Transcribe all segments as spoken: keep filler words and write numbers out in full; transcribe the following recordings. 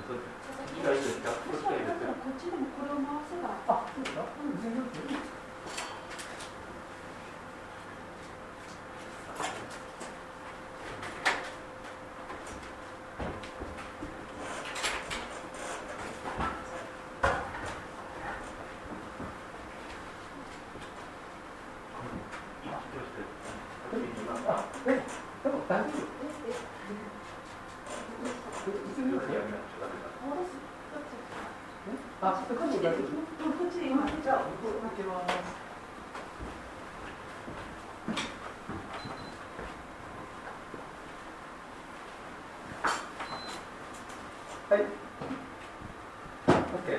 大丈夫ですか？こっちでもこれを回せば。あ、そうですか。全然はい。OK。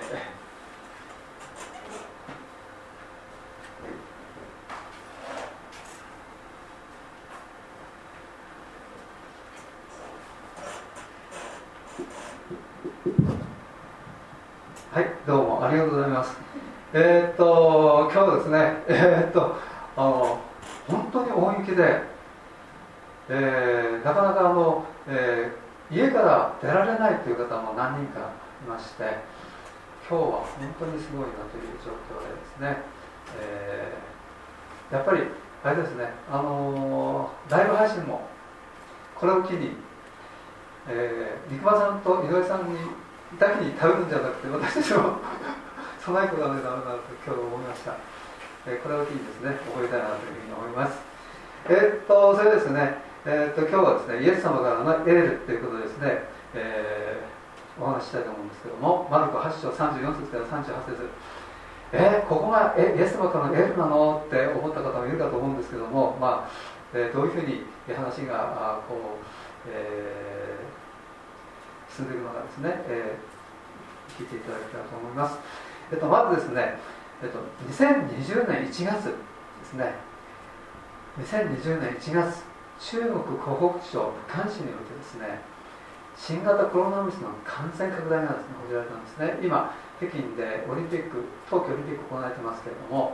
はい、どうもありがとうございます。えー、っと今日はですね、えー、っとあの本当に大雪で、えー、なかなかあの、えー、家から出られないという方も何人かいまして、今日は本当にすごいなという状況でですね、えー、やっぱりあれですね、あのー、ライブ配信もこれを機に、えー、肉場さんと井上さんにだけに頼るんじゃなくて、私たちも備えておかないとダメだなと今日思いました。えー、これを機にですね、覚えたいなというふうに思います。えー、っとそれですね、えー、っと今日はですね、イエス様からのエールということでですね、えー、お話ししたいと思うんですけども、マルコはち章さんじゅうよん節からさんじゅうはち節、えー、ここがえイエス様からのエールなのって思った方もいるかと思うんですけども、まあえー、どういうふうに話がこう、えー、進んでいくのかですね、えー、聞いていただきたいと思います。えっと、まずですね、えっと、にせんにじゅうねんいちがつですね、にせんにじゅうねんいちがつ、中国湖北省武漢市においてですね、新型コロナウイルスの感染拡大がですね、報じられたんですね。今、北京でオリンピック、冬季オリンピック行われてますけれども、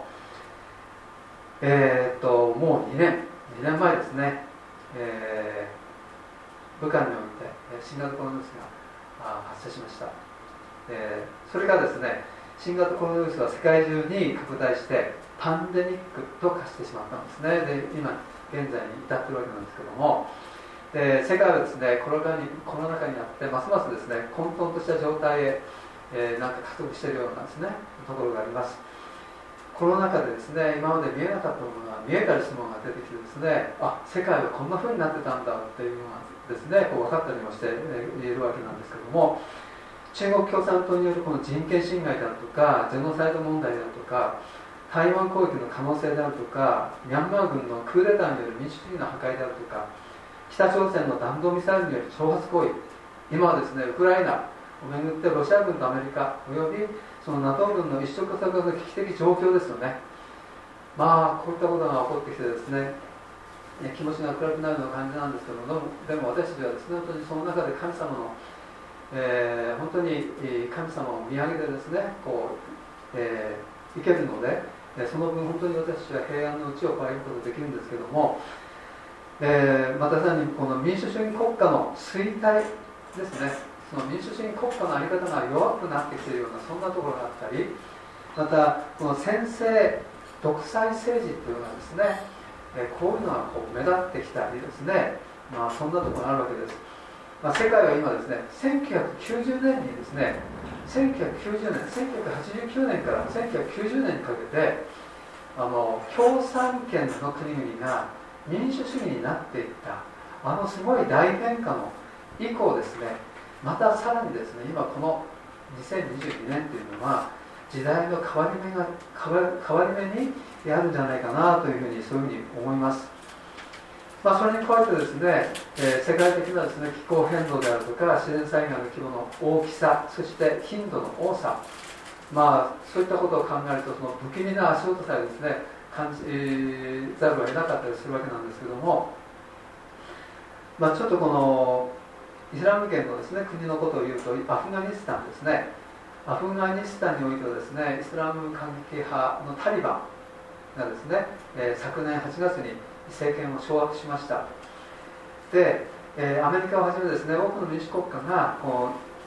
えー、っともうにねん、にねんまえですね、えー、武漢において新型コロナウイルスが発生しました。えー、それがですね、新型コロナウイルスは世界中に拡大してパンデミックと化してしまったんですね。で、今現在に至っているわけなんですけども、で世界はですね、コロナにコロナ禍になってますますですね、混沌とした状態へ、えー、なんか加速しているようなですね、ところがあります。コロナ禍でですね、今まで見えなかったものが見えたりするものが出てきてですね、あ、世界はこんな風になってたんだっていうのがですね、こう分かったりもして言えるわけなんですけども、中国共産党によるこの人権侵害であるとか、ジェノサイド問題であるとか、台湾攻撃の可能性であるとか、ミャンマー軍のクーデターによる民主主義の破壊であるとか、北朝鮮の弾道ミサイルによる挑発行為、今はですね、ウクライナをめぐってロシア軍とアメリカおよびその ナトー 軍の一触即発の危機的状況ですよね。まあこういったことが起こってきてですね、気持ちが暗くなるような感じなんですけども、でも私たちはですね、本当にその中で神様の、えー、本当に神様を見上げてですね、こう、えー、生けるので、その分本当に私たちは平安のうちを変えることができるんですけども、えー、またさらにこの民主主義国家の衰退ですね、その民主主義国家の在り方が弱くなってきているような、そんなところがあったり、またこの専制独裁政治というのがですね、えー、こういうのがこう目立ってきたりですね、まあ、そんなところがあるわけです。まあ、世界は今ですね、せんきゅうひゃくきゅうじゅうねんにですね、せんきゅうひゃくきゅうじゅうねん、せんきゅうひゃくはちじゅうきゅうねんからせんきゅうひゃくきゅうじゅうねんにかけて、あの共産圏の国々が民主主義になっていったあのすごい大変化の以降ですね、またさらにですね、今このにせんにじゅうにねんというのは時代の変わり目が変わ変わり目にあるんじゃないかなというふうに、そういうふうに思います。まあ、それに加えてですね、えー、世界的なですね、気候変動であるとか自然災害の規模の大きさ、そして頻度の多さ、まあ、そういったことを考えると、その不気味な足音さえですね、感じざるを得なかったりするわけなんですけども、まあ、ちょっとこのイスラム圏のですね、国のことを言うと、アフガニスタンですね。アフガニスタンにおいてはですね、イスラム過激派のタリバンがですね、えー、昨年はちがつに政権を掌握しました。で、えー、アメリカをはじめですね、多くの民主国家がこ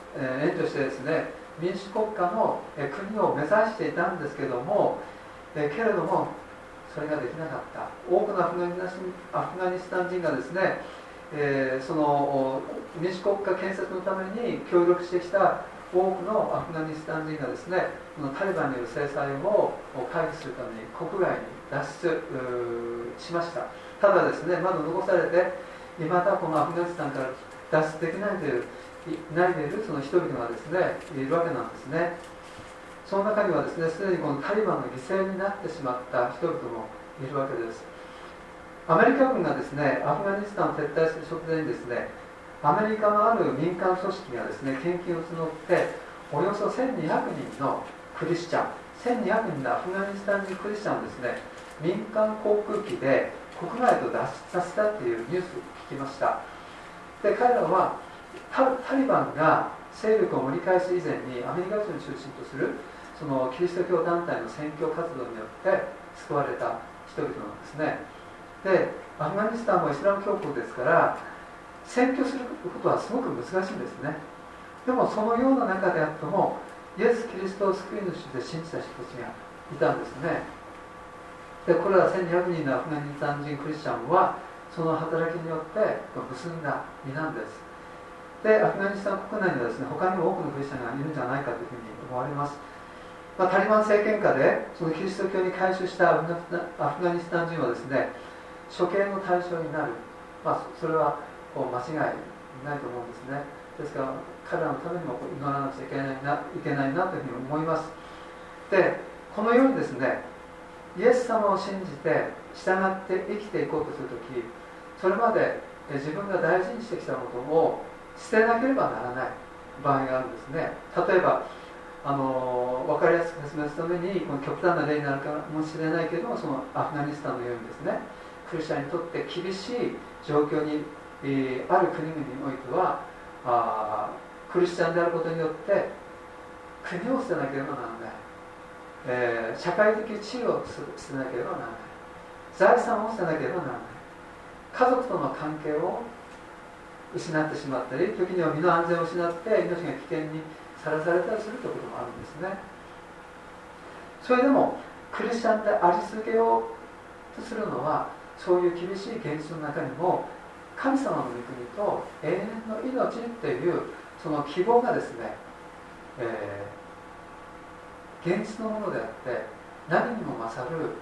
えー、援助してですね、民主国家の、えー、国を目指していたんですけども、えー、けれどもそれができなかった。多くのアフガニスアフガニスタン人がですね、えー、その民主国家建設のために協力してきた多くのアフガニスタン人がですね、このタリバンによる制裁を回避するために国外に脱出しました。ただですね、まだ残されていまだこのアフガニスタンから脱出できないでいるないでいるその人々がですねいるわけなんですね。その中にはですね、すでにこのタリバンの犠牲になってしまった人々もいるわけです。アメリカ軍がですねアフガニスタンを撤退する直前にですね、アメリカのある民間組織がですね献金を募っておよそせんにひゃくにんのクリスチャンせんにひゃくにんのアフガニスタン人クリスチャンをですね民間航空機で国外と脱出させたというニュースを聞きました。で彼らは タ, タリバンが勢力を盛り返す以前にアメリカ人を中心とするそのキリスト教団体の宣教活動によって救われた人々なんですね。でアフガニスタンもイスラム教国ですから宣教することはすごく難しいんですね。でもそのような中であってもイエス・キリストを救い主で信じた人たちがいたんですね。でこれらせんにひゃくにんのアフガニスタン人クリスチャンはその働きによって結んだ身なんです。でアフガニスタン国内にはですね他にも多くのクリスチャンがいるんじゃないかというふうに思われます。まあ、タリバン政権下でそのキリスト教に改宗したアフガニスタン人はですね処刑の対象になる、まあ、それはこう間違いないと思うんですね。ですから彼らのためにも祈らなくちゃいけないな、いけないなというふうに思います。でこのようにですねイエス様を信じて従って生きていこうとするとき、それまで自分が大事にしてきたことを捨てなければならない場合があるんですね。例えばあの分かりやすく説明するためにこの極端な例になるかもしれないけど、そのアフガニスタンのようにですねクリスチャンにとって厳しい状況に、えー、ある国々においてはあクリスチャンであることによって国を捨てなければならない、えー、社会的地位を捨てなければならない、財産を捨てなければならない、家族との関係を失ってしまったり、時には身の安全を失って命が危険にさらされたりするということもあるんですね。それでもクリスチャンであり続けようとするのは、そういう厳しい現実の中にも神様の御国と永遠の命っていうその希望がですね、えー、現実のものであって何にも勝る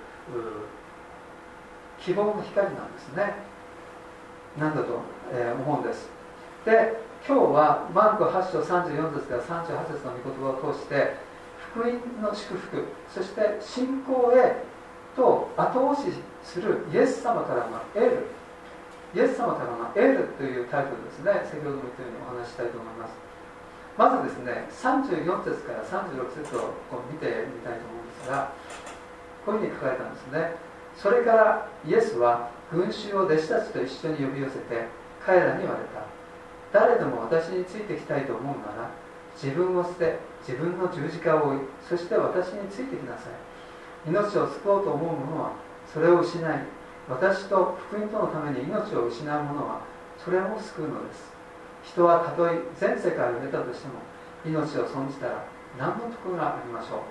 希望の光なんですね。なんだと、えー、思うんです。で今日はマルコはち章さんじゅうよん節からさんじゅうはち節の御言葉を通して福音の祝福、そして信仰へと後押しするイエス様からのエール、イエス様からのエールというタイトルですね。先ほども言ったようにお話ししたいと思います。まずですねさんじゅうよん節からさんじゅうろく節をこう見てみたいと思うんですが、こういうふうに書かれたんですね。それからイエスは群衆を弟子たちと一緒に呼び寄せて彼らに言われた。誰でも私についてきたいと思うなら自分を捨て自分の十字架を追い、そして私についてきなさい。命を救おうと思う者はそれを失い、私と福音とのために命を失う者はそれを救うのです。人はたとえ全世界を得たとしても命を損じたら何の得がありましょう。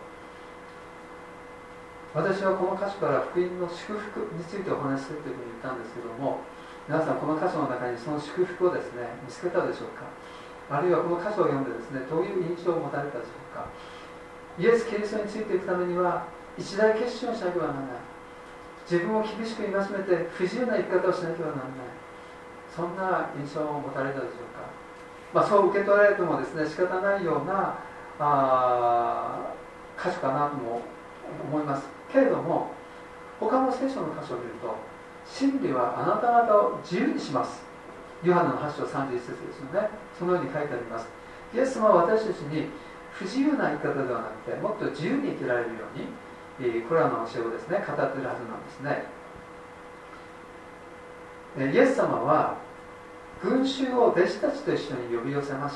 私はこの箇所から福音の祝福についてお話しするというふうに言ったんですけども、皆さんこの箇所の中にその祝福をですね見つけたでしょうか。あるいはこの箇所を読んでですねどういう印象を持たれたでしょうか。イエス・キリストについていくためには一大決心をしなければならない。自分を厳しく戒めて不自由な生き方をしなければならない。そんな印象を持たれたでしょうか。まあ、そう受け取られてもですね仕方ないようなあ箇所かなとも思いますけれども、他の聖書の箇所を見ると真理はあなた方を自由にします。ヨハネのはち章さんじゅういち節ですよね。そのように書いてあります。イエス様は私たちに不自由な生き方ではなくてもっと自由に生きられるようにこれらの教えをですね語っているはずなんですね。イエス様は群衆を弟子たちと一緒に呼び寄せました。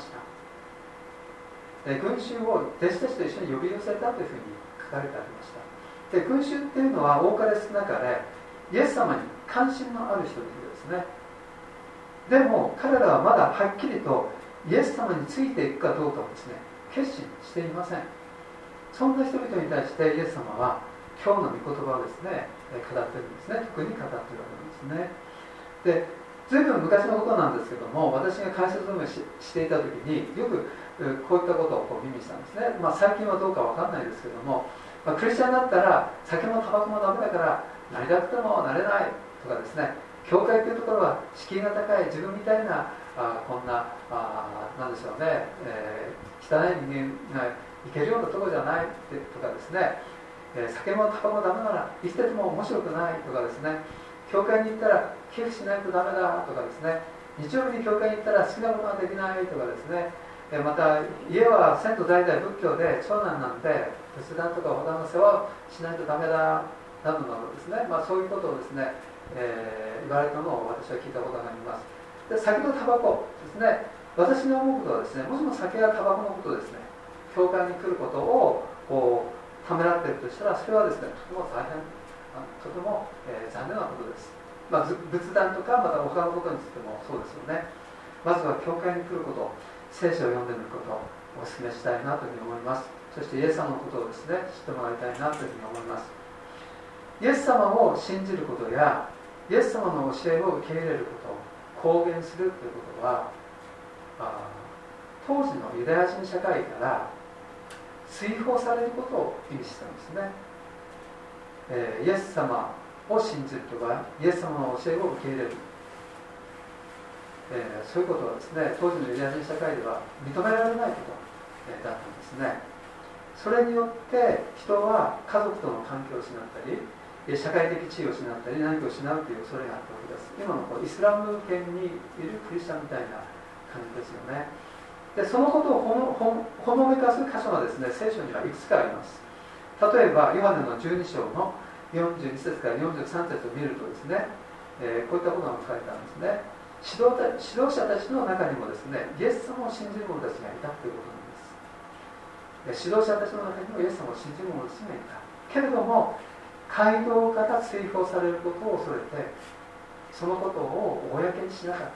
群衆を弟子たちと一緒に呼び寄せたというふうに書かれてありました。で群衆っていうのは多かれ少なかれイエス様に関心のある人々ですね。でも彼らはまだはっきりとイエス様についていくかどうかをですね決心していません。そんな人々に対してイエス様は今日の御言葉をですね語ってるんですね。特に語ってるわけですね。で、ずいぶん昔のことなんですけども、私が会社勤め し, していた時によくこういったことをこう耳にしたんですね。まあ、最近はどうかわかんないですけども、まあ、クリスチャンだったら酒もタバコもダメだからなりたくてもなれないとかですね、教会というところは敷居が高い、自分みたいなあこんなあなんでしょうね、えー、汚い人間が行けるようなところじゃないとかですね、えー、酒もタバコもダメなら生きてても面白くないとかですね、教会に行ったら寄付しないとダメだとかですね、日曜日に教会に行ったら好きなことができないとかですね、えー、また家は先祖代々仏教で長男なんで仏壇とか他の世話をしないとダメだなどなどですね、まあ、そういうことをですね、えー、言われたのを私は聞いたことがあります。で、酒とタバコですね、私が思うことはですね、もしも酒やタバコのことですね、教会に来ることをこうためらっているとしたら、それはですね、とても大変、とても、えー、残念なことです。まあ、仏壇とかまた他のことについてもそうですよね。まずは教会に来ること、聖書を読んでみることをお勧めしたいなというふうに思います。そしてイエス様のことをですね、知ってもらいたいなというふうに思います。イエス様を信じることやイエス様の教えを受け入れること、公言するということは、あ当時のユダヤ人社会から追放されることを意味してたんですね。えー、イエス様を信じるとかイエス様の教えを受け入れる、えー、そういうことはですね、当時のユダヤ人社会では認められないこと、えー、だったんですね。それによって人は家族との関係を失ったり、社会的地位を失ったり何かを失うという恐れがあったわけです。今のこうイスラム圏にいるクリスチャンみたいな感じですよね。で、そのことをほのほほのめかす箇所がですね、聖書にはいくつかあります。例えばヨハネのじゅうに章のよんじゅうに節からよんじゅうさん節を見るとですね、えー、こういったことが書かれたんですね。指導た指導者たちの中にもですね、イエス様を信じる者たちがいたということなんです。で、指導者たちの中にもイエス様を信じる者たちがいたけれども、街道から追放されることを恐れてそのことを公にしなかった、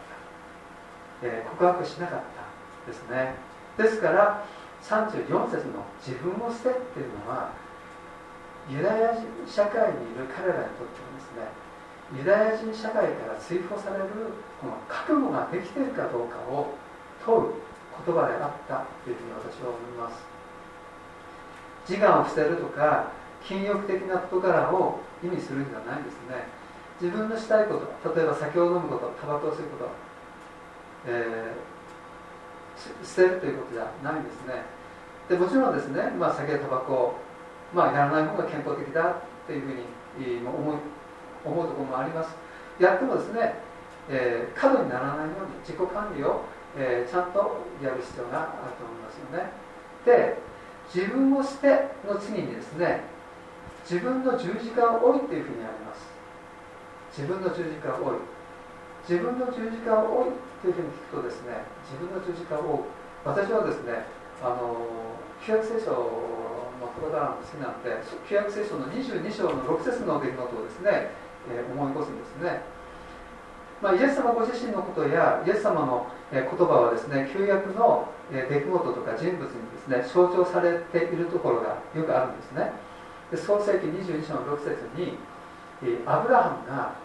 えー、告白しなかったですね。ですからさんじゅうよん節の自分を捨てっていうのは、ユダヤ人社会にいる彼らにとってはですね、ユダヤ人社会から追放されるこの覚悟ができているかどうかを問う言葉であったというふうに私は思います。自我を捨てるとか禁欲的な事柄を意味するんじゃないんですね。自分のしたいこと、例えば酒を飲むこと、タバコを吸うこと、えー、捨てるということじゃないんですね。でもちろんですね、まあ、酒やタバコ、まあ、やらない方が健康的だというふうに思う、思うところもあります。やってもですね、えー、過度にならないように自己管理を、えー、ちゃんとやる必要があると思いますよね。で、自分を捨ての次にですね、自分の十字架を追いというふうにあります。自分の十字架を追い、自分の十字架を追いというふうに聞くとですね、自分の十字架を追う、私はですね、あの旧約聖書の言葉が好きなんで、旧約聖書のにじゅうに章のろく節の出来事をですね、えー、思い起こすんですね。まあ、イエス様ご自身のことやイエス様の言葉はですね、旧約の出来事とか人物にですね象徴されているところがよくあるんですね。で、創世記にじゅうに章のろく節にアブラハムが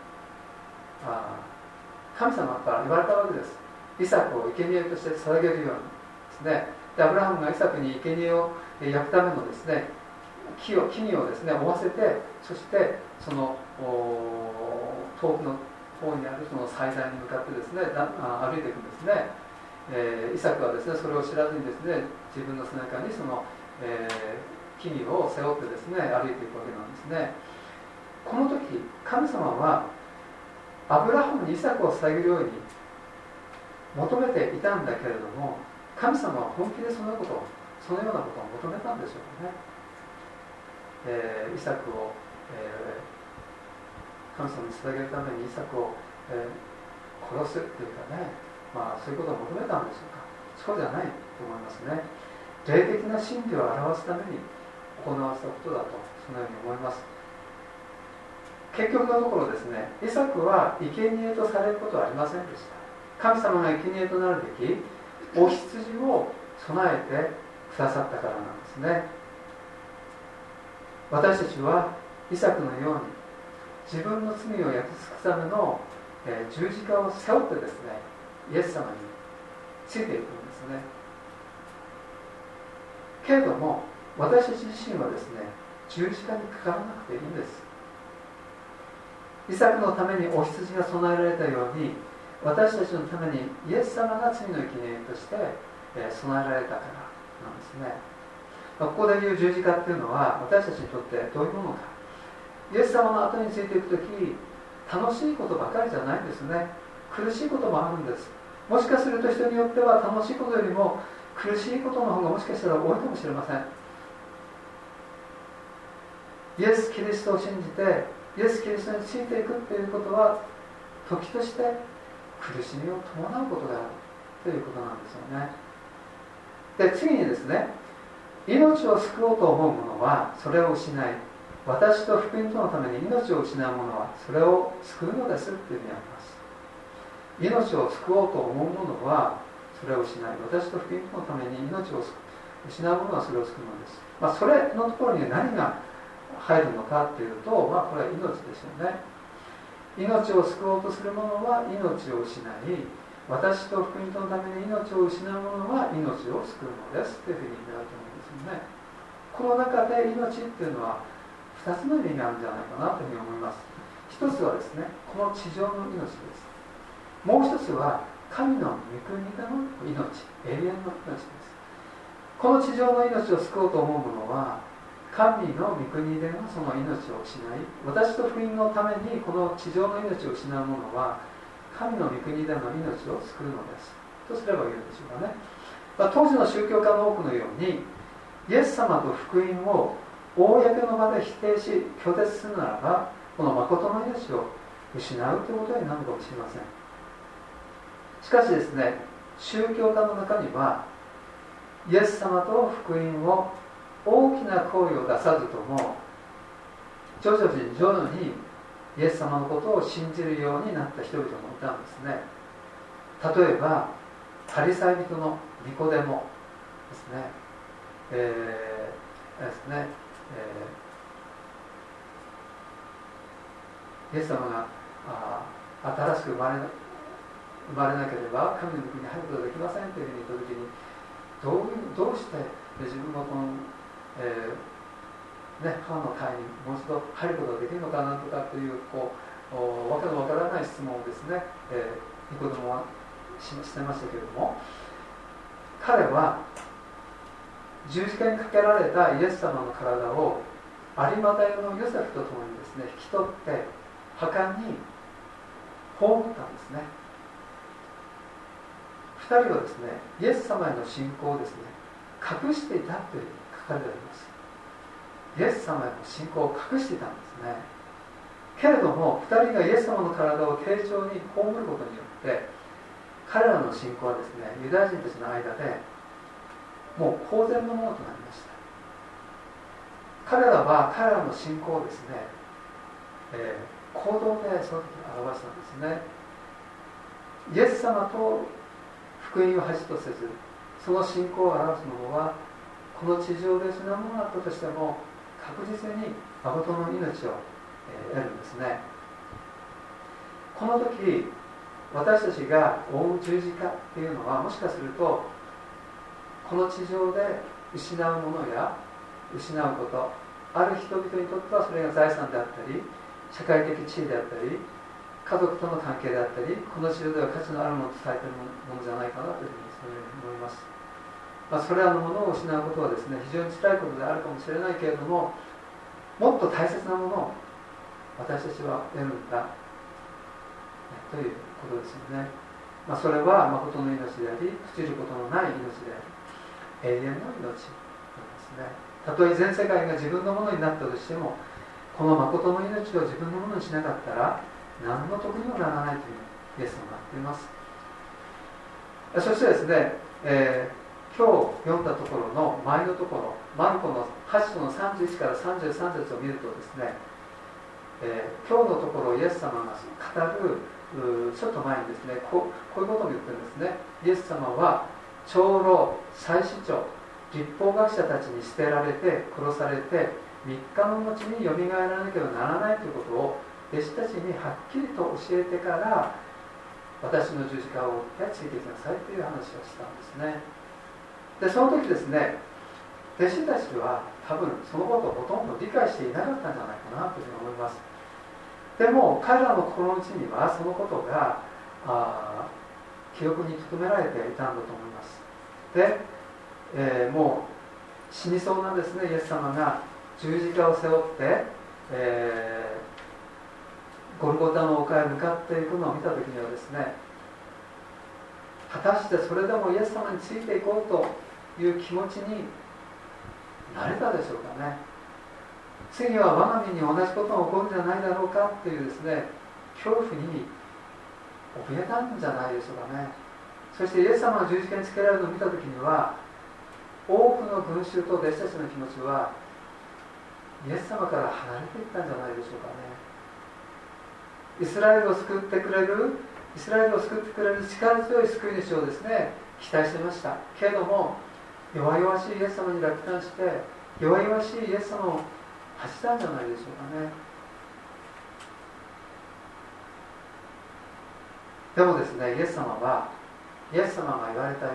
神様から言われたわけです。イサクを生贄として捧げるようにですね。で、アブラハムがイサクに生贄を焼くためのですね木を木にをですね追わせて、そしてその遠くの方にあるその祭壇に向かってですね歩いていくんですね。えー、イサクはですねそれを知らずにですね自分の背中にその、えー木々を背負ってですね歩いていくわけなんですね。この時神様はアブラハムにイサクを捧げるように求めていたんだけれども、神様は本気でそのことをそのようなことを求めたんでしょうかね。えー、イサクを、えー、神様に捧げるためにイサクを、えー、殺すというかね、まあ、そういうことを求めたんでしょうか。そうじゃないと思いますね。霊的な真理を表すために行わせたことだと、そのように思います。結局のところですね、イサクは生贄とされることはありませんでした。神様が生贄となるべきお羊を備えてくださったからなんですね。私たちはイサクのように自分の罪を焼き尽くすための、えー、十字架を背負ってですね、イエス様についていくんですね。けれども私たち自身はですね、十字架にかからなくていいんです。イサクのためにお羊が備えられたように、私たちのためにイエス様が罪の生贄として備えられたからなんですね。ここで言う十字架っていうのは私たちにとってどういうものか。イエス様の後についていくとき、楽しいことばかりじゃないんですね。苦しいこともあるんです。もしかすると人によっては楽しいことよりも苦しいことの方がもしかしたら多いかもしれません。イエス・キリストを信じてイエス・キリストについていくということは、時として苦しみを伴うことであるということなんですよね。で、次にですね、命を救おうと思う者はそれを失い、私と福音とのために命を失う者はそれを救うのですという意味があります。命を救おうと思う者はそれを失い、私と福音とのために命を失う者はそれを救うのです。まあ、それのところに何が入るのかっていうと、まあ、これは命ですよね。命を救おうとする者は命を失い、私と福音とのために命を失う者は命を救うのですというふうに言われているんですよね。この中で命っていうのはふたつの意味があるんじゃないかなというふうに思います。ひとつはですね、この地上の命です。もう一つは神の御国での命、永遠の命です。この地上の命を救おうと思う者は神の御国でのその命を失い、私と福音のためにこの地上の命を失う者は神の御国での命を救うのですとすればよいでしょうかね。まあ、当時の宗教家の多くのように、イエス様と福音を公の場で否定し拒絶するならば、この誠の命を失うということになるかもしれません。しかしですね、宗教家の中にはイエス様と福音を大きな声を出さずとも徐々に徐々にイエス様のことを信じるようになった人々もいたんですね。例えばパリサイ人のニコデモですね、えー、ですね、えー、イエス様があ新しく生まれな生まれなければ神の国に入ることができませんというふうに言った時に、どういうどうして自分がこの、えーね、母の会にもう一度入ることができるのかなとかというこうわけのわからない質問をですね、えー、ニコデモはししてましたけれども、彼は十字架にかけられたイエス様の体を有馬太のヨセフと共にですね引き取って墓に葬ったんですね。ふたりはですね、イエス様への信仰をですね隠していたという書かれてあります。イエス様への信仰を隠していたんですね。けれどもふたりがイエス様の体を丁重に葬ることによって彼らの信仰はですね、ユダヤ人たちの間でもう公然のものとなりました。彼らは彼らの信仰をですね、えー、行動でその時に表したんですね。イエス様と福音を恥とせず、その信仰を表すものはこの地上で失うものだったとしても確実に誠の命を、えー、得るんですね。この時私たちが追う十字架っていうのは、もしかするとこの地上で失うものや失うこと、ある人々にとってはそれが財産であったり社会的地位であったり家族との関係であったり、この地上では価値のあるものとされているものじゃないかなというふうにそういうふうに思います。まあ、それらのものを失うことはですね、非常に辛いことであるかもしれないけれども、もっと大切なものを私たちは得るんだということですよね。まあ、それは誠の命であり、朽ちることのない命であり、永遠の命なんですね。たとえ全世界が自分のものになったとしても、この誠の命を自分のものにしなかったら何の得にもならないというイエス様が言っています。そしてですね、えー、今日読んだところの前のところ、マルコのはち章のさんじゅういちからさんじゅうさん節を見るとですね、えー、今日のところイエス様が語るちょっと前にですね、こう、こういうことを言ってるんですね。イエス様は長老、祭司長、律法学者たちに捨てられて殺されてみっかの後によみがえらなければならないということを弟子たちにはっきりと教えてから、私の十字架を追ってついてきなさいという話をしたんですね。でその時ですね、弟子たちは多分そのことをほとんど理解していなかったんじゃないかなというふうに思います。でも彼らの心の内にはそのことがあ記憶に留められていたんだと思います。で、えー、もう死にそうなんですね。イエス様が十字架を背負って、えー、ゴルゴタの丘へ向かっていくのを見た時にはですね、果たしてそれでもイエス様についていこうという気持ちになれたでしょうかね。次は我が身に同じことが起こるんじゃないだろうかというですね、恐怖に怯えたんじゃないでしょうかね。そしてイエス様が十字架につけられるのを見た時には、多くの群衆と弟子たちの気持ちはイエス様から離れていったんじゃないでしょうかね。イスラエルを救ってくれるイスラエルを救ってくれる力強い救い主をですね、期待していましたけれども、弱々しいイエス様に落胆して弱々しいイエス様を恥じたんじゃないでしょうかね。でもですね、イエス様はイエス様が言われたよ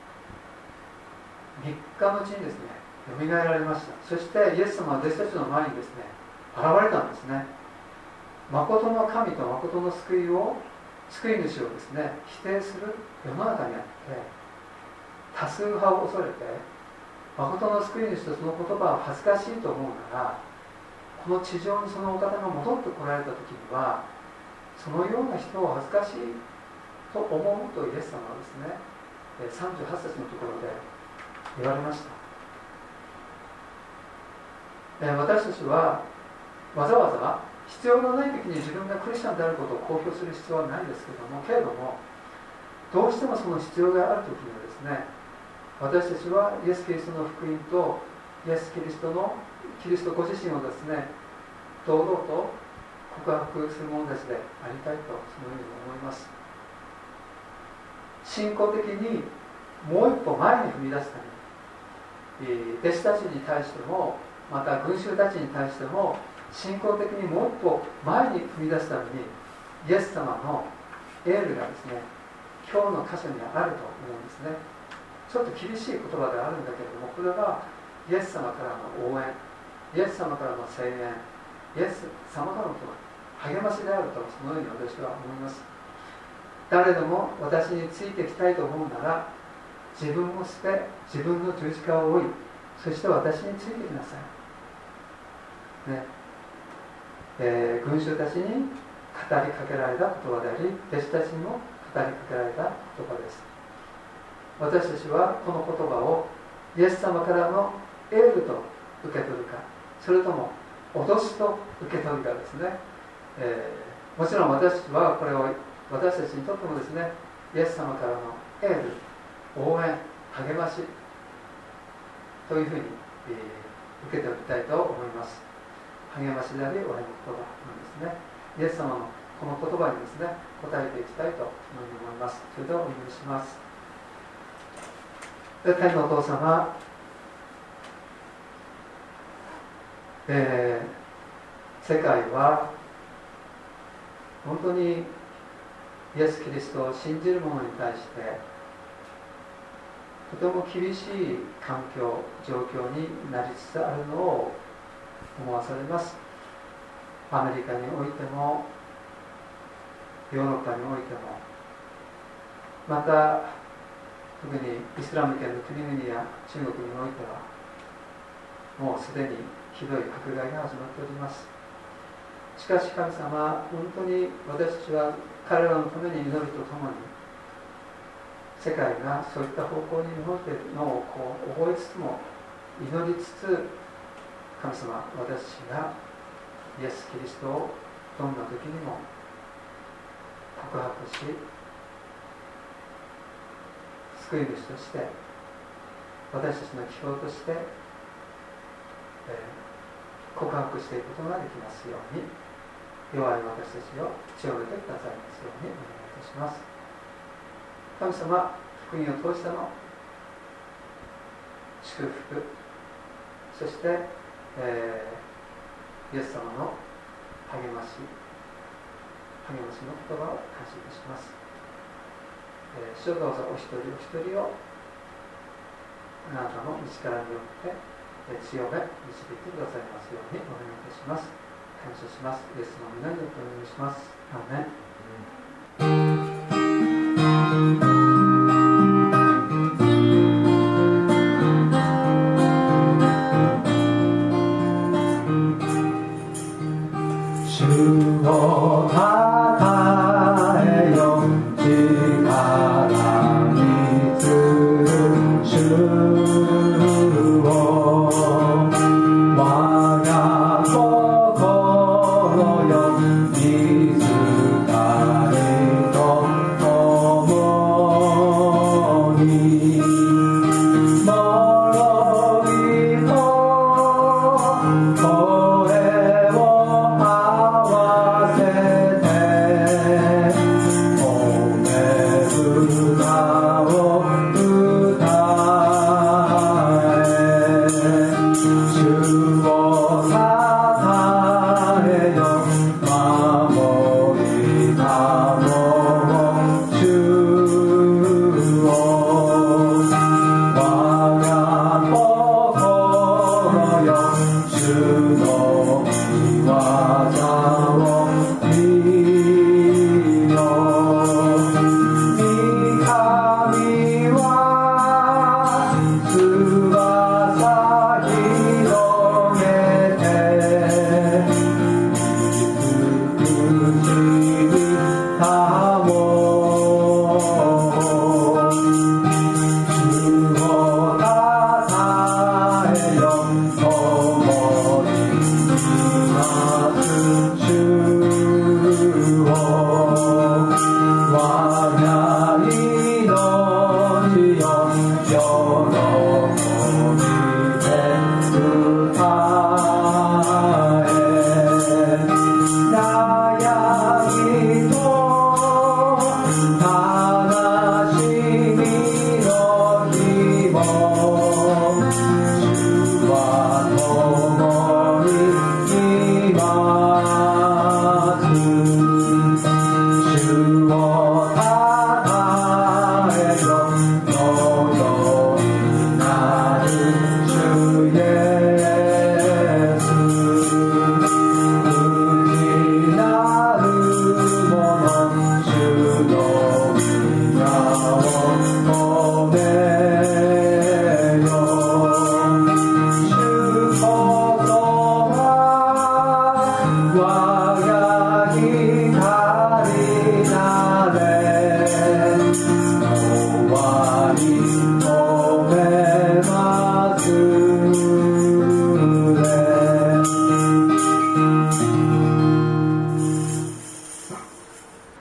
うにみっかのうちにですね、よみがえられました。そしてイエス様は弟子たちの前にですね、現れたんですね。誠の神と誠の救いを救い主をですね、否定する世の中にあって、多数派を恐れて誠の救い主とその言葉を恥ずかしいと思うなら、この地上にそのお方が戻ってこられた時には、そのような人を恥ずかしいと思うとイエス様はですね、さんじゅうはち節のところで言われました。私たちはわざわざ必要のない時に自分がクリスチャンであることを公表する必要はないですけども、けれどもどうしてもその必要がある時にはですね、私たちはイエス・キリストの福音とイエス・キリストのキリストご自身をですね、堂々と告白する者たちでありたいと、そのように思います。信仰的にもう一歩前に踏み出すために、弟子たちに対してもまた群衆たちに対しても信仰的にもう一歩前に踏み出すために、イエス様のエールがですね、今日の箇所にはあると思うんですね。ちょっと厳しい言葉ではあるんだけれども、これはイエス様からの応援、イエス様からの声援、イエス様からの励ましであると、そのように私は思います。誰でも私についていきたいと思うなら、自分を捨て、自分の十字架を追い、そして私についてきなさい、ねえー、群衆たちに語りかけられた言葉であり、弟子たちにも語りかけられた言葉です。私たちはこの言葉をイエス様からのエールと受け取るか、それとも脅しと受け取るかですね、えー、もちろん私たちはこれを私たちにとってもですね、イエス様からのエール、応援、励ましというふうに、えー、受けておきたいと思います。励ましであり、応援の言葉なんですね。イエス様のこの言葉にですね、応えていきたいと思います。それではお祈りします。天のお父様、えー、世界は本当にイエス・キリストを信じる者に対してとても厳しい環境、状況になりつつあるのを思わされます。アメリカにおいてもヨーロッパにおいても、また特にイスラム圏の国々や中国においてはもうすでにひどい迫害が始まっております。しかし神様、本当に私たちは彼らのために祈るとともに、世界がそういった方向に動いているのをこう覚えつつも、祈りつつ、神様、私がイエス・キリストをどんな時にも告白し、救い主として私たちの希望として、えー、告白していくことができますように、弱い私たちを強めてくださいますようにお願いいたします。神様、福音を通しての祝福、そして、えー、イエス様の励まし励ましの言葉を感謝いたします。えー、主どうぞお一人お一人をあなたの道からによって強め導いてくださいますようにお願いいたします。感謝します。イエスの皆によってお願いします。アーメン。 主をたたえよ力につる主を我が心よ見つかりと共に呪いと声を合わせて褒め歌を歌え主をたたえよ守りたも主を我が心よ主の御業を見よ御神は翼広げて美しい田を主をたたえよ共にいます主を我が命よ喜びで歌え悩みと悲しみの日も主は共にいます主をたたえよ望みなる主イエス内なるもの主の皆を褒めよ主こそは我が光なれ終わり止めます